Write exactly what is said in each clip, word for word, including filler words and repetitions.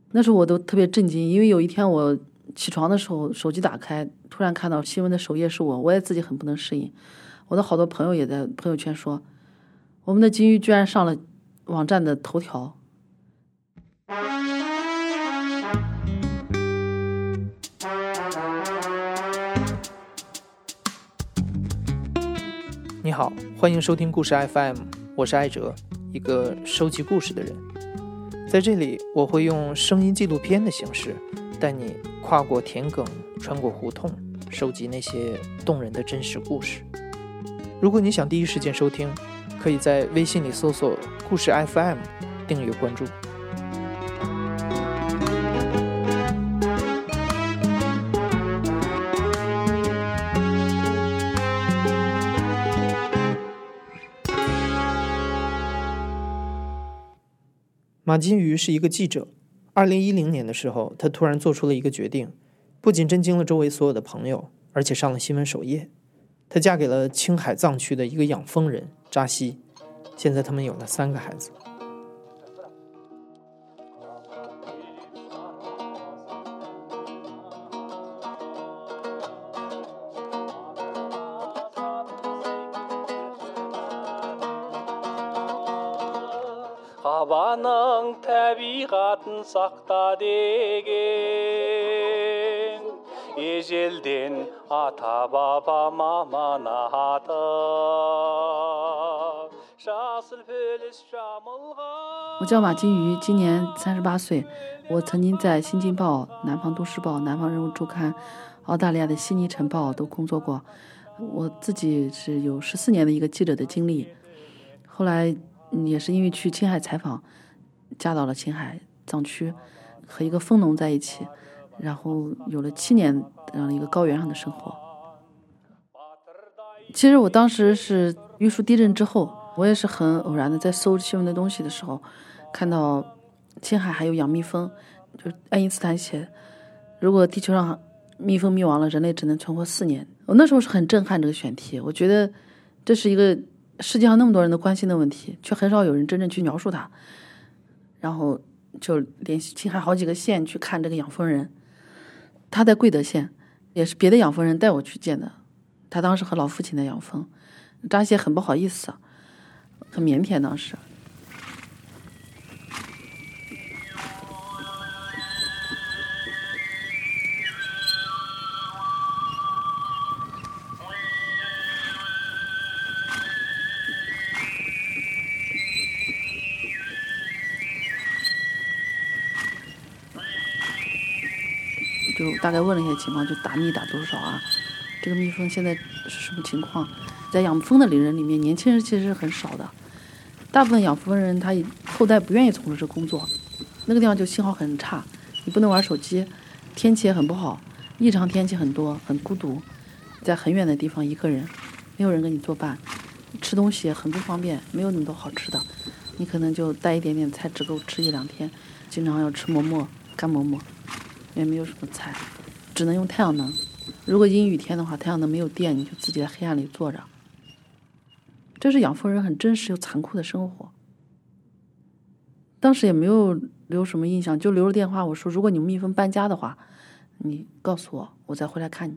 那时候我都特别震惊，因为有一天我起床的时候手机打开，突然看到新闻的首页是我，我也自己很不能适应。我的好多朋友也在朋友圈说，我们的金鱼居然上了网站的头条。 你好，欢迎收听故事 F M， 我是艾哲，一个收集故事的人。在这里，我会用声音纪录片的形式，带你跨过田埂，穿过胡同，收集那些动人的真实故事。如果你想第一时间收听，可以在微信里搜索故事 F M， 订阅关注。马金鱼是一个记者。二零一零年的时候，他突然做出了一个决定，不仅震惊了周围所有的朋友，而且上了新闻首页。她嫁给了青海藏区的一个养蜂人扎西，现在他们有了三个孩子。 Хабаның табиғатын сақта деген ежелден ата баба маманаты жасыл пөліс жамылған。 我叫马金鱼，今年三十八岁。我曾经在《新京报》、南方都市报、南方人物周刊、澳大利亚的悉尼晨报都工作过。我自己是有十四年的一个记者的经历，后来也是因为去青海采访，嫁到了青海藏区，和一个蜂农在一起，然后有了七年这样一个高原上的生活。其实我当时是玉树地震之后，我也是很偶然的在搜新闻的东西的时候，看到青海还有养蜜蜂，就是爱因斯坦写，如果地球上蜜蜂灭亡了，人类只能存活四年。我那时候是很震撼这个选题，我觉得这是一个世界上那么多人都关心的问题，却很少有人真正去描述它。然后就联系青海好几个县去看这个养蜂人，他在贵德县，也是别的养蜂人带我去见的。他当时和老父亲在养蜂，扎西很不好意思，很腼腆当时。就大概问了一些情况，就打蜜打多少啊？这个蜜蜂现在是什么情况？在养蜂的人里面，年轻人其实是很少的，大部分养蜂人他后代不愿意从事这工作。那个地方就信号很差，你不能玩手机，天气也很不好，异常天气很多，很孤独，在很远的地方一个人，没有人跟你作伴，吃东西也很不方便，没有那么多好吃的，你可能就带一点点菜，只够吃一两天，经常要吃馍馍、干馍馍。也没有什么菜，只能用太阳能。如果阴雨天的话，太阳能没有电，你就自己在黑暗里坐着。这是养蜂人很真实又残酷的生活。当时也没有留什么印象，就留了电话，我说如果你们蜜蜂搬家的话，你告诉我，我再回来看你。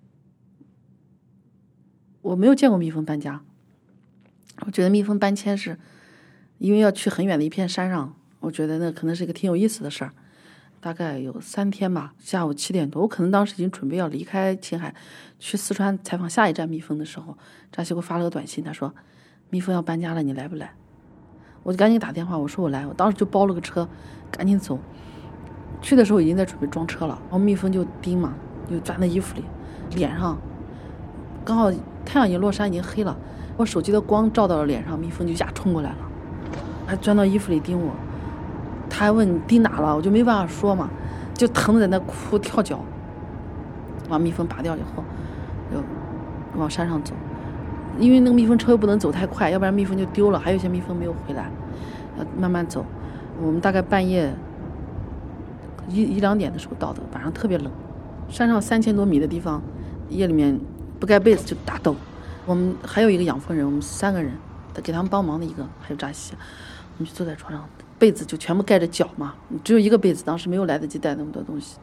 我没有见过蜜蜂搬家，我觉得蜜蜂搬迁是因为要去很远的一片山上，我觉得那可能是一个挺有意思的事儿。大概有三天吧，下午七点多，我可能当时已经准备要离开青海，去四川采访下一站蜜蜂的时候，扎西给我发了个短信，他说蜜蜂要搬家了，你来不来？我就赶紧打电话，我说我来，我当时就包了个车，赶紧走。去的时候已经在准备装车了，然后蜜蜂就叮嘛，就钻在衣服里，脸上，刚好太阳已经落山，已经黑了，我手机的光照到了脸上，蜜蜂就一下冲过来了，还钻到衣服里叮我。他还问叮哪了，我就没办法说嘛，就疼的在那哭跳脚。把蜜蜂拔掉以后，就往山上走，因为那个蜜蜂车又不能走太快，要不然蜜蜂就丢了，还有一些蜜蜂没有回来，要慢慢走。我们大概半夜一一两点的时候到的，晚上特别冷，山上三千多米的地方，夜里面不盖被子就打抖。我们还有一个养蜂人，我们三个人给他们帮忙的一个，还有扎西，我们就坐在床上被子就全部盖着脚嘛，只有一个被子，当时没有来得及带那么多东西。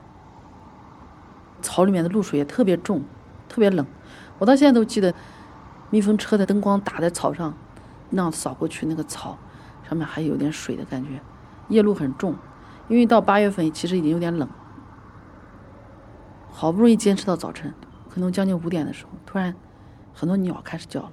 草里面的露水也特别重，特别冷。我到现在都记得蜜蜂车的灯光打在草上，那样扫过去，那个草上面还有点水的感觉，夜露很重。因为到八月份其实已经有点冷，好不容易坚持到早晨，可能将近五点的时候，突然很多鸟开始叫了。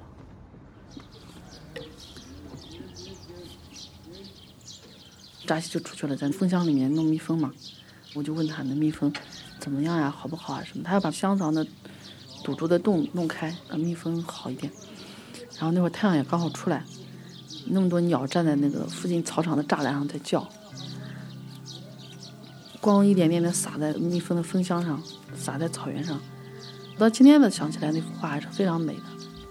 扎西就出去了，在蜂箱里面弄蜜蜂嘛。我就问他那蜜蜂怎么样呀，好不好啊什么？他要把箱房的堵住的洞弄开，让蜜蜂好一点。然后那会儿太阳也刚好出来，那么多鸟站在那个附近草场的栅栏上在叫，光一点点的洒在蜜蜂的蜂箱上，洒在草原上。到今天的想起来，那幅画还是非常美的。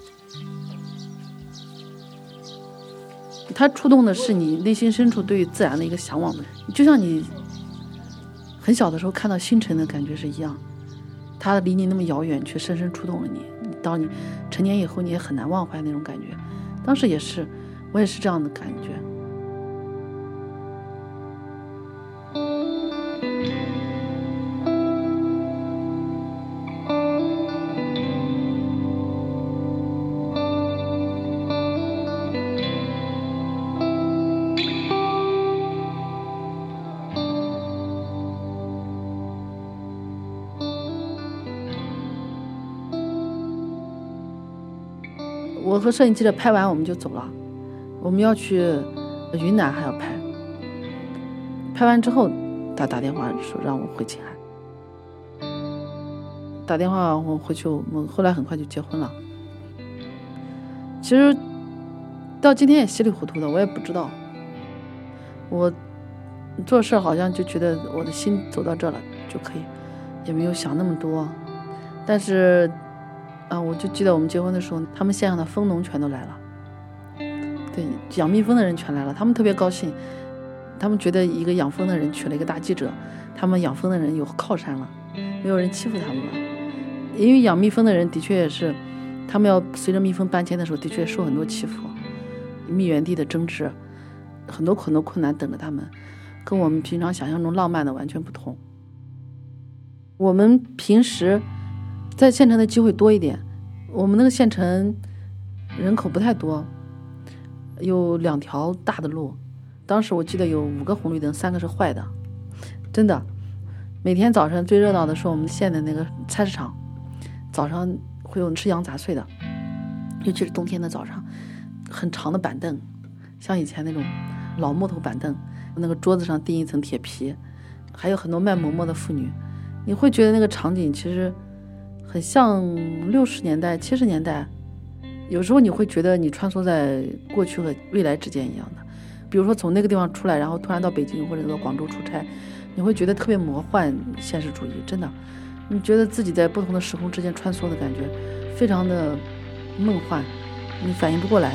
它触动的是你内心深处对于自然的一个向往的，就像你很小的时候看到星辰的感觉是一样，它离你那么遥远，却深深触动了你。到你成年以后，你也很难忘怀那种感觉。当时也是，我也是这样的感觉。我和摄影记者拍完我们就走了，我们要去云南还要拍。拍完之后他打电话说让我回青海，打电话我回去，我们后来很快就结婚了。其实到今天也稀里糊涂的，我也不知道，我做事好像就觉得我的心走到这了就可以，也没有想那么多。但是啊，我就记得我们结婚的时候，他们县上的蜂农全都来了，对，养蜜蜂的人全来了，他们特别高兴，他们觉得一个养蜂的人娶了一个大记者，他们养蜂的人有靠山了，没有人欺负他们了。因为养蜜蜂的人的确也是，他们要随着蜜蜂搬迁的时候，的确受很多欺负，蜜源地的争执，很多很多困难等着他们，跟我们平常想象中浪漫的完全不同。我们平时在县城的机会多一点，我们那个县城人口不太多，有两条大的路，当时我记得有五个红绿灯，三个是坏的，真的。每天早上最热闹的是我们县的那个菜市场，早上会有吃羊杂碎的，尤其是冬天的早上，很长的板凳，像以前那种老木头板凳，那个桌子上钉一层铁皮，还有很多卖馍馍的妇女，你会觉得那个场景其实很像六十年代七十年代，有时候你会觉得你穿梭在过去和未来之间一样的。比如说从那个地方出来，然后突然到北京或者到广州出差，你会觉得特别魔幻现实主义，真的，你觉得自己在不同的时空之间穿梭的感觉非常的梦幻，你反应不过来。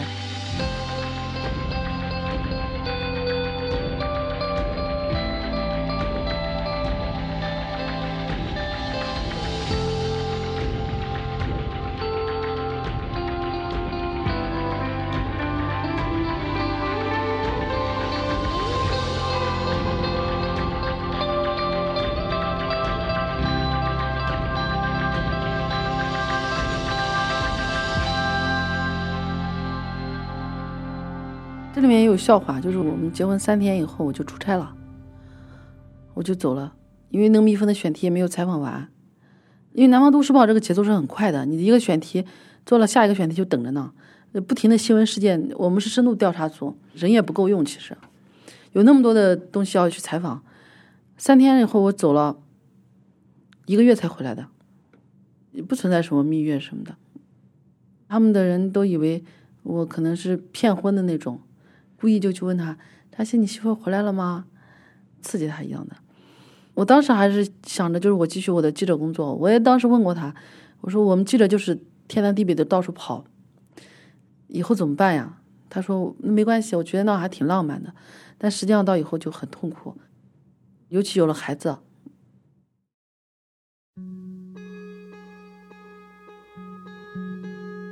这里面也有笑话，就是我们结婚三天以后我就出差了，我就走了，因为那个蜜蜂的选题也没有采访完。因为南方都市报这个节奏是很快的，你一个选题做了，下一个选题就等着呢，不停的新闻事件。我们是深度调查组，人也不够用，其实有那么多的东西要去采访。三天以后我走了，一个月才回来的，也不存在什么蜜月什么的。他们的人都以为我可能是骗婚的那种，故意就去问他，扎西你媳妇回来了吗？刺激他一样的。我当时还是想着就是我继续我的记者工作，我也当时问过他，我说我们记者就是天南地北的到处跑，以后怎么办呀？他说没关系，我觉得那还挺浪漫的，但实际上到以后就很痛苦，尤其有了孩子。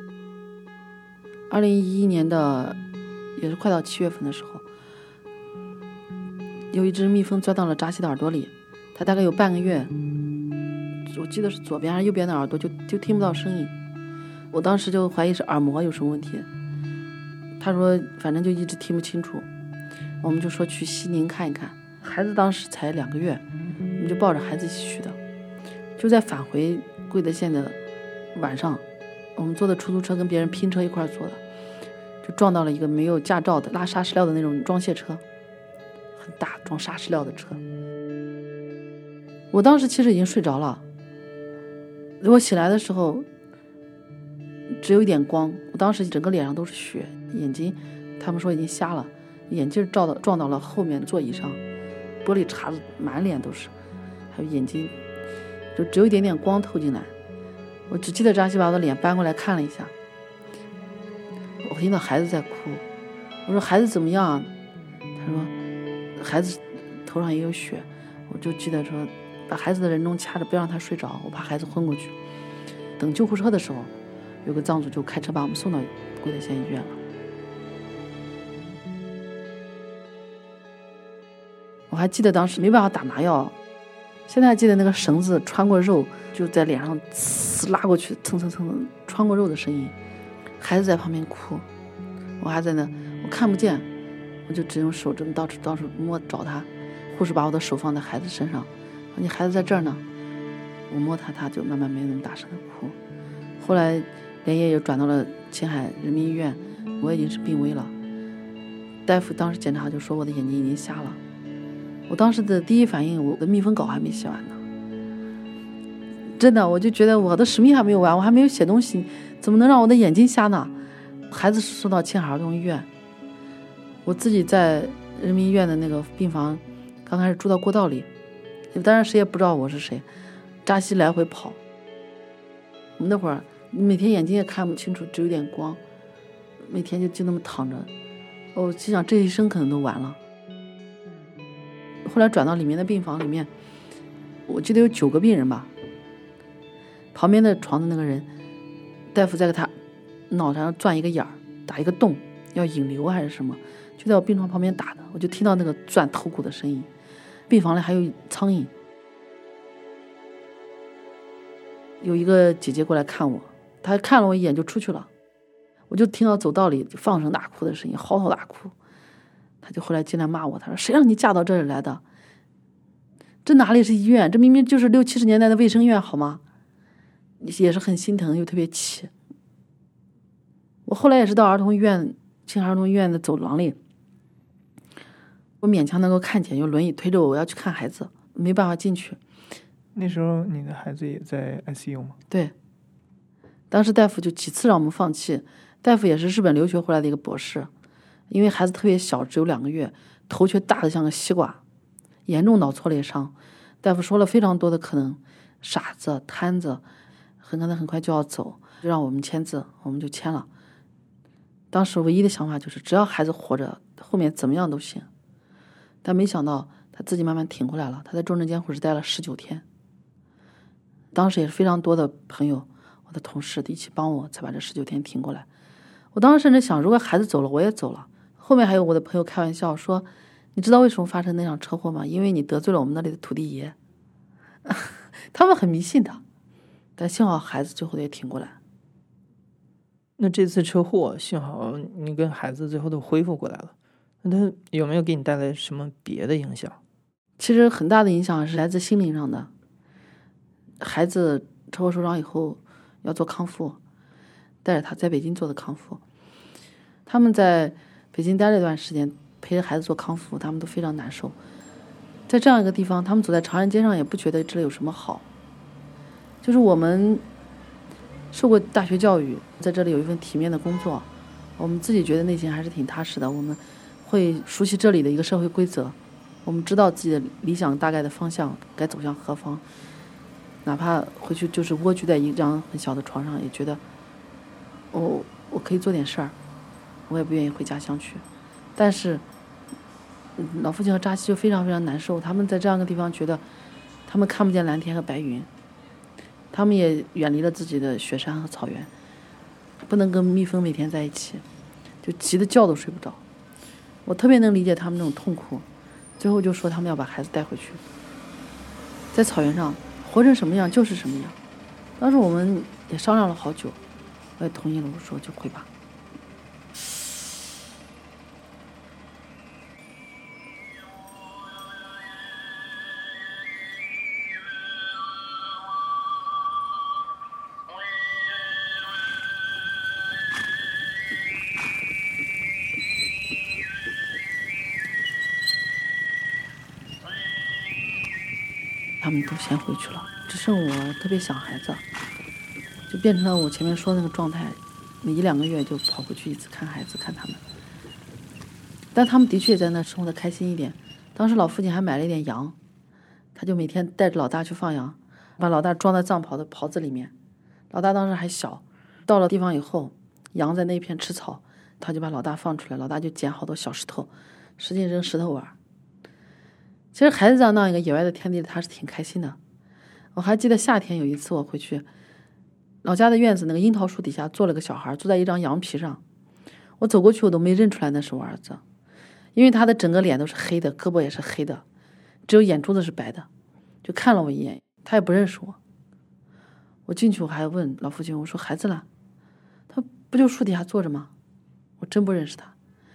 二零一一年的也是快到七月份的时候， 有一只蜜蜂钻到了扎西的耳朵里，它大概有半个月，我记得是左边还是右边的耳朵就就听不到声音。我当时就怀疑是耳膜有什么问题，他说反正就一直听不清楚，我们就说去西宁看一看。孩子当时才两个月，我们就抱着孩子一起去的。就在返回贵德县的晚上，我们坐的出租车跟别人拼车一块坐的，就撞到了一个没有驾照的拉砂石料的那种装卸车，很大装砂石料的车。我当时其实已经睡着了，我醒来的时候只有一点光，我当时整个脸上都是血，眼睛他们说已经瞎了，眼镜照到撞到了后面座椅上，玻璃碴子满脸都是，还有眼睛就只有一点点光透进来。我只记得扎西把我的脸搬过来看了一下，我听到孩子在哭，我说孩子怎么样？他说孩子头上也有血。我就记得说把孩子的人中掐着，不要让他睡着，我怕孩子昏过去。等救护车的时候，有个藏族就开车把我们送到贵德县医院了。我还记得当时没办法打麻药，现在还记得那个绳子穿过肉就在脸上呲拉过去，蹭蹭蹭穿过肉的声音。孩子在旁边哭，我还在那，我看不见，我就只用手这么到处到处摸找他。护士把我的手放在孩子身上，你孩子在这儿呢。我摸他，他就慢慢没有那么大声的哭。后来连夜又转到了青海人民医院，我已经是病危了。大夫当时检查就说我的眼睛已经瞎了。我当时的第一反应，我的密封稿还没写完呢。真的，我就觉得我的使命还没有完，我还没有写东西，怎么能让我的眼睛瞎呢？孩子送到青海儿童医院，我自己在人民医院的那个病房，刚开始住到过道里，当然谁也不知道我是谁，扎西来回跑。那会儿每天眼睛也看不清楚，只有点光，每天就就那么躺着。我心想这一生可能都完了。后来转到里面的病房里面，我记得有九个病人吧，旁边的床的那个人，大夫在给他脑袋上钻一个眼儿，打一个洞，要引流还是什么，就在我病床旁边打的，我就听到那个钻头骨的声音。病房里还有苍蝇。有一个姐姐过来看我，她看了我一眼就出去了，我就听到走道里就放声大哭的声音，嚎啕大哭。她就后来进来骂我，她说谁让你嫁到这里来的，这哪里是医院，这明明就是六七十年代的卫生院好吗？也是很心疼又特别气。我后来也是到儿童医院，青海儿童医院的走廊里，我勉强能够看见有轮椅推着我，我要去看孩子，没办法进去。 那时候你的孩子也在 I C U 吗？ 对，当时大夫就几次让我们放弃。大夫也是日本留学回来的一个博士，因为孩子特别小，只有两个月，头却大得像个西瓜，严重脑挫裂伤。大夫说了非常多的可能，傻子、瘫子，很可能很快就要走，就让我们签字，我们就签了。当时唯一的想法就是只要孩子活着，后面怎么样都行。但没想到他自己慢慢挺过来了，他在重症监护室待了十九天。当时也是非常多的朋友，我的同事一起帮我才把这十九天挺过来。我当时甚至想，如果孩子走了我也走了。后面还有我的朋友开玩笑说，你知道为什么发生那场车祸吗？因为你得罪了我们那里的土地爷。他们很迷信的，但幸好孩子最后也挺过来。 那这次车祸幸好你跟孩子最后都恢复过来了，那他有没有给你带来什么别的影响？ 其实很大的影响是来自心灵上的。孩子车祸受伤以后要做康复，带着他在北京做的康复。他们在北京待了一段时间，陪着孩子做康复，他们都非常难受。在这样一个地方，他们走在长安街上也不觉得这里有什么好。就是我们受过大学教育，在这里有一份体面的工作，我们自己觉得内心还是挺踏实的。我们会熟悉这里的一个社会规则，我们知道自己的理想大概的方向该走向何方。哪怕回去就是蜗居在一张很小的床上，也觉得我我可以做点事儿，我也不愿意回家乡去。但是老父亲和扎西就非常非常难受，他们在这样一个地方觉得他们看不见蓝天和白云，他们也远离了自己的雪山和草原，不能跟蜜蜂每天在一起，就急得觉都睡不着。我特别能理解他们那种痛苦， 最后就说他们要把孩子带回去，在草原上活成什么样就是什么样。当时我们也商量了好久，我也同意了，我说就回吧。他们都先回去了，只剩我特别想孩子，就变成了我前面说的那个状态，每一两个月就跑回去一次看孩子看他们。但他们的确在那生活的开心一点。当时老父亲还买了一点羊，他就每天带着老大去放羊，把老大装在藏袍的袍子里面。老大当时还小，到了地方以后，羊在那片吃草，他就把老大放出来，老大就捡好多小石头，使劲扔石头玩。其实孩子在那样一个野外的天地里，他是挺开心的。我还记得夏天有一次我回去，老家的院子那个樱桃树底下坐了个小孩，坐在一张羊皮上。我走过去我都没认出来那是我儿子，因为他的整个脸都是黑的，胳膊也是黑的，只有眼珠子是白的。就看了我一眼，他也不认识我。我进去我还问老父亲，我说孩子了？他不就树底下坐着吗？我真不认识他。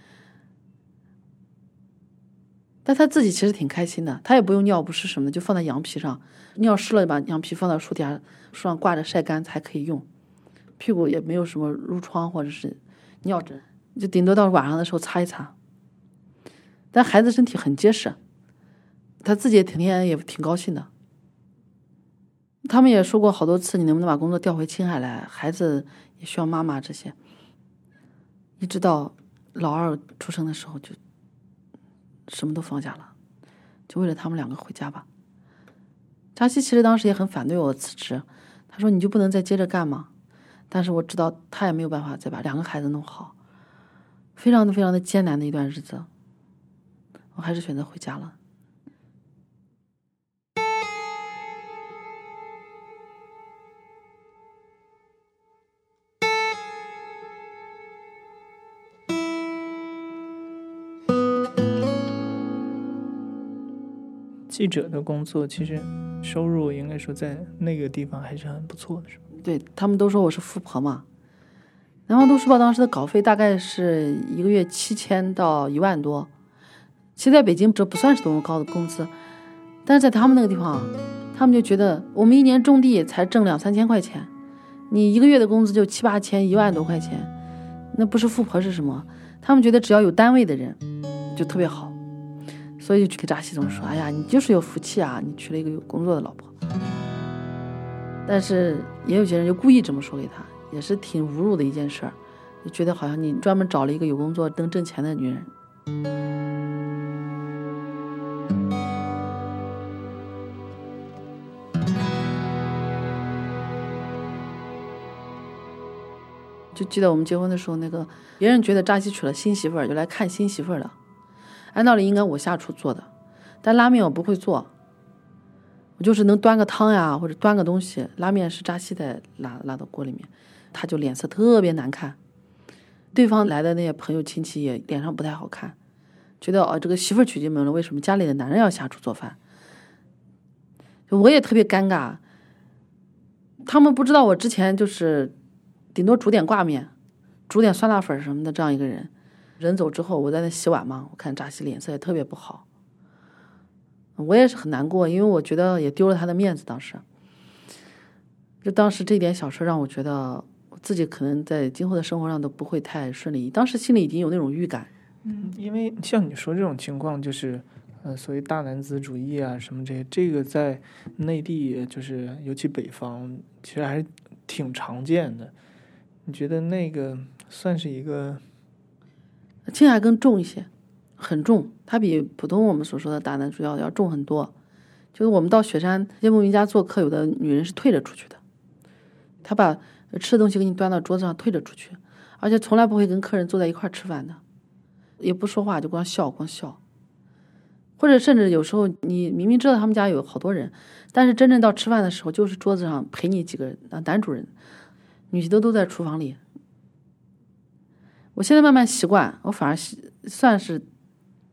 但他自己其实挺开心的，他也不用尿不湿什么的，就放在羊皮上，尿湿了把羊皮放到树底下，树上挂着晒干才可以用。屁股也没有什么褥疮或者是尿疹，就顶多到晚上的时候擦一擦。但孩子身体很结实，他自己也天天也挺高兴的。他们也说过好多次，你能不能把工作调回青海来，孩子也需要妈妈这些。一直到老二出生的时候就什么都放下了，就为了他们两个回家吧。扎西其实当时也很反对我辞职，他说你就不能再接着干吗？但是我知道他也没有办法再把两个孩子弄好，非常的非常的艰难的一段日子，我还是选择回家了。 记者的工作其实收入应该说在那个地方还是很不错的，是吧？ 对，他们都说我是富婆嘛。南方都市报当时的稿费大概是一个月七千到一万多，其实在北京这不算是多么高的工资，但是在他们那个地方，他们就觉得我们一年种地才挣两三千块钱，你一个月的工资就七八千一万多块钱，那不是富婆是什么？他们觉得只要有单位的人就特别好，所以就给扎西总说，哎呀，你就是有福气啊，你娶了一个有工作的老婆。但是也有些人就故意这么说给他，也是挺侮辱的一件事儿，就觉得好像你专门找了一个有工作能挣钱的女人。就记得我们结婚的时候，那个别人觉得扎西娶了新媳妇儿，就来看新媳妇儿了。按道理应该我下厨做的，但拉面我不会做，我就是能端个汤呀，或者端个东西。拉面是扎西在拉拉到锅里面，他就脸色特别难看。对方来的那些朋友亲戚也脸上不太好看，觉得哦，这个媳妇儿娶进门了，为什么家里的男人要下厨做饭？我也特别尴尬。他们不知道我之前就是顶多煮点挂面，煮点酸辣粉什么的这样一个人。人走之后，我在那洗碗嘛，我看扎西脸色也特别不好，我也是很难过，因为我觉得也丢了他的面子。当时，就当时这点小事让我觉得我自己可能在今后的生活上都不会太顺利。当时心里已经有那种预感。 嗯，因为像你说这种情况，就是呃，所谓大男子主义啊什么这些，这个在内地就是尤其北方，其实还是挺常见的。你觉得那个算是一个？ 青海更重一些，很重，它比普通我们所说的大男子主义要要重很多。就是我们到雪山这些牧民家做客，有的女人是退着出去的，她把吃的东西给你端到桌子上退着出去，而且从来不会跟客人坐在一块吃饭的，也不说话，就光笑光笑。或者甚至有时候你明明知道他们家有好多人，但是真正到吃饭的时候，就是桌子上陪你几个人，男主人女的都在厨房里。我现在慢慢习惯，我反而算是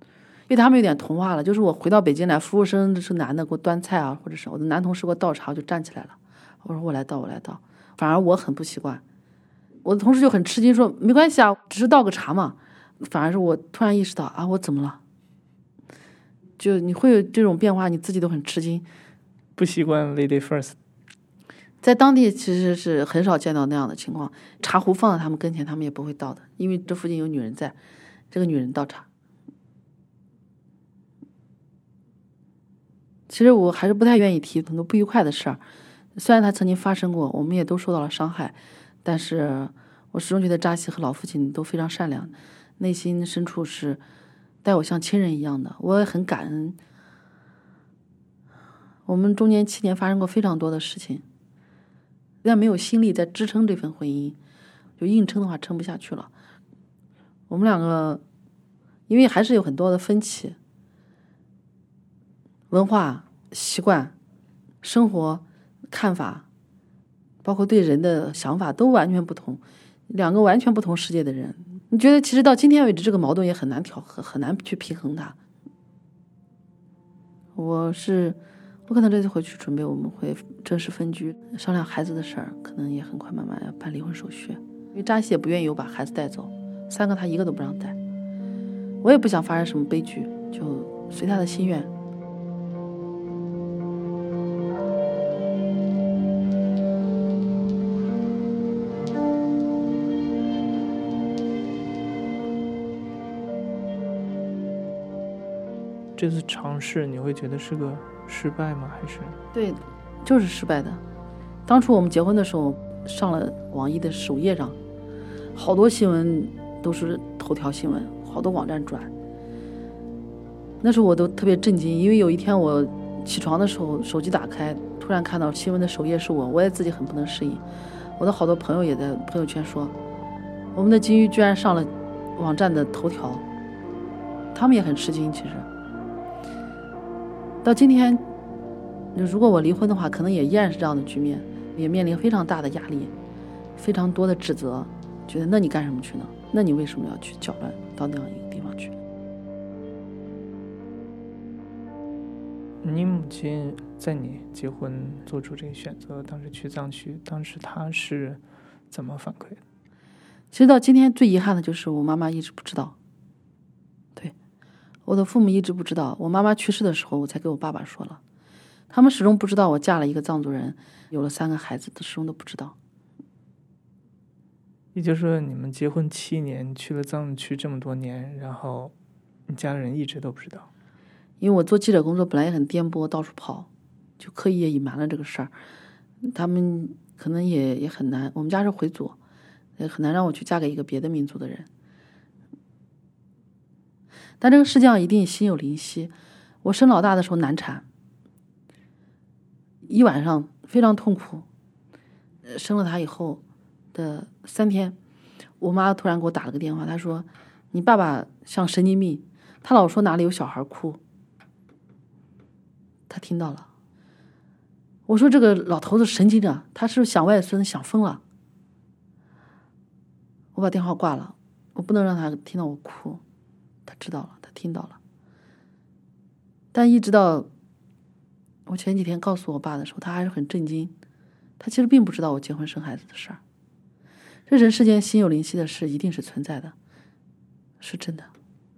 为他们有点同化了。就是我回到北京来，服务生是男的给我端菜啊，或者是我的男同事给我倒茶，我就站起来了，我说我来倒，我来倒。反而我很不习惯，我的同事就很吃惊说没关系啊，只是倒个茶嘛。反而是我突然意识到啊，我怎么了？就你会有这种变化，你自己都很吃惊。 不习惯 lady first。 在当地其实是很少见到那样的情况，茶壶放在他们跟前，他们也不会倒的，因为这附近有女人在，这个女人倒茶。其实我还是不太愿意提很多不愉快的事儿，虽然它曾经发生过，我们也都受到了伤害，但是我始终觉得扎西和老父亲都非常善良，内心深处是待我像亲人一样的，我也很感恩。我们中间七年发生过非常多的事情，但没有心力再支撑这份婚姻，就硬撑的话撑不下去了。我们两个因为还是有很多的分歧，文化习惯、生活看法，包括对人的想法都完全不同，两个完全不同世界的人，你觉得其实到今天为止这个矛盾也很难调和，很难去平衡它。我是我可能这次回去准备我们会正式分居，商量孩子的事儿，可能也很快慢慢要办离婚手续，因为扎西也不愿意我把孩子带走，三个他一个都不让带，我也不想发生什么悲剧，就随他的心愿。 这次尝试你会觉得是个失败吗？还是？ 对，就是失败的。当初我们结婚的时候上了网易的首页上，好多新闻都是头条新闻，好多网站转。那时候我都特别震惊，因为有一天我起床的时候手机打开，突然看到新闻的首页是我，我也自己很不能适应。我的好多朋友也在朋友圈说我们的金鱼居然上了网站的头条，他们也很吃惊。其实到今天如果我离婚的话，可能也依然是这样的局面，也面临非常大的压力，非常多的指责，觉得那你干什么去呢？那你为什么要去搅乱到那样一个地方去？ 你母亲在你结婚做出这个选择，当时去藏区，当时她是怎么反馈的？ 其实到今天最遗憾的就是我妈妈一直不知道，对，我的父母一直不知道，我妈妈去世的时候我才给我爸爸说了，他们始终不知道我嫁了一个藏族人，有了三个孩子，始终都不知道。 也就是说你们结婚七年，去了藏区这么多年，然后你家人一直都不知道。 因为我做记者工作本来也很颠簸，到处跑，就刻意也隐瞒了这个事儿，他们可能也也很难，我们家是回族，也很难让我去嫁给一个别的民族的人。但这个世界上一定心有灵犀，我生老大的时候难产，一晚上非常痛苦，生了他以后的三天，我妈突然给我打了个电话，她说你爸爸像神经病，他老说哪里有小孩哭，他听到了。我说这个老头子神经症，他是不是想外孙想疯了？我把电话挂了，我不能让他听到我哭，他知道了，他听到了。但一直到我前几天告诉我爸的时候，他还是很震惊，他其实并不知道我结婚生孩子的事儿。这人世间心有灵犀的事一定是存在的，是真的。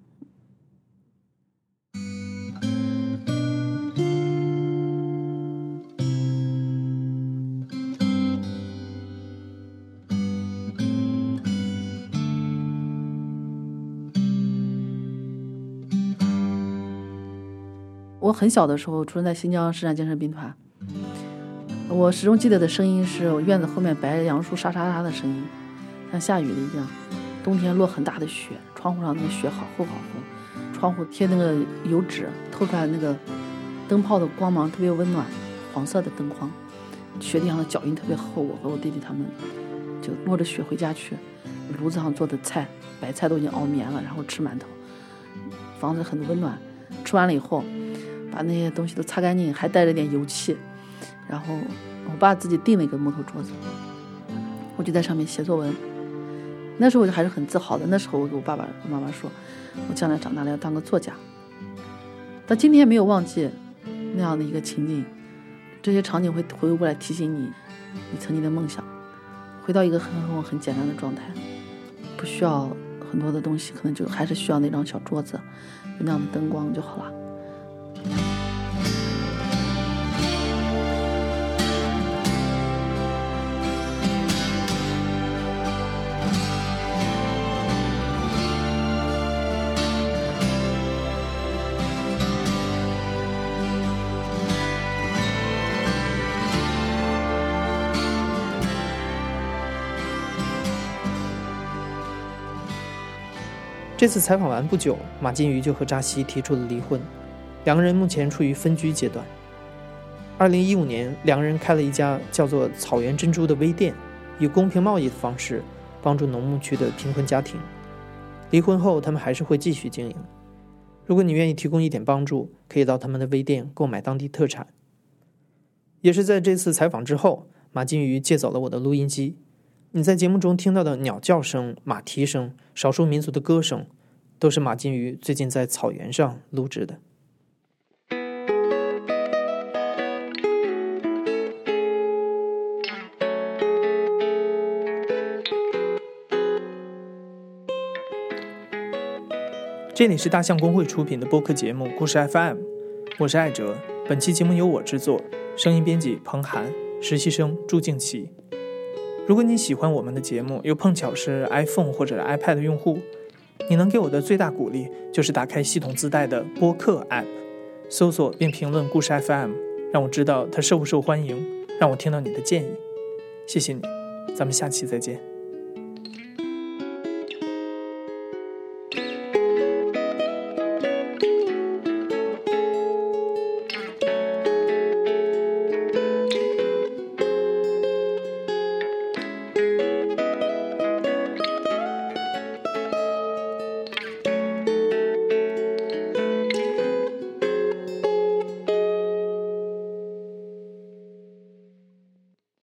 我很小的时候出生在新疆市战精神兵团，我始终记得的声音是我院子后面白杨树沙沙沙的声音，像下雨了一样，冬天落很大的雪，窗户上那个雪好厚好厚，窗户贴那个油纸，透出来那个灯泡的光芒特别温暖，黄色的灯光，雪地上的脚印特别厚，我和我弟弟他们就摸着雪回家去，炉子上做的菜，白菜都已经熬绵了，然后吃馒头，房子很温暖，吃完了以后把那些东西都擦干净，还带着点油漆，然后我爸自己订了一个木头桌子，我就在上面写作文。那时候我就还是很自豪的，那时候我给我爸爸妈妈说，我将来长大了要当个作家。 到今天没有忘记那样的一个情景，这些场景会回过来提醒你你曾经的梦想，回到一个很很很简单的状态，不需要很多的东西，可能就还是需要那张小桌子，有那样的灯光就好了。 这次采访完不久，马金鱼就和扎西提出了离婚，两个人目前处于分居阶段。二零一五年，两个人开了一家叫做草原珍珠的微店，以公平贸易的方式帮助农牧区的贫困家庭。离婚后，他们还是会继续经营。如果你愿意提供一点帮助，可以到他们的微店购买当地特产。也是在这次采访之后，马金鱼借走了我的录音机。你在节目中听到的鸟叫声、马蹄声、少数民族的歌声，都是马金鱼最近在草原上录制的。这里是大象公会出品的播客节目故事 F M， 我是艾哲。本期节目由我制作，声音编辑彭涵，实习生朱静琪。如果你喜欢我们的节目，又碰巧是 iPhone 或者 iPad 的用户，你能给我的最大鼓励就是打开系统自带的播客 App， 搜索并评论故事 F M， 让我知道它受不受欢迎，让我听到你的建议。谢谢你，咱们下期再见。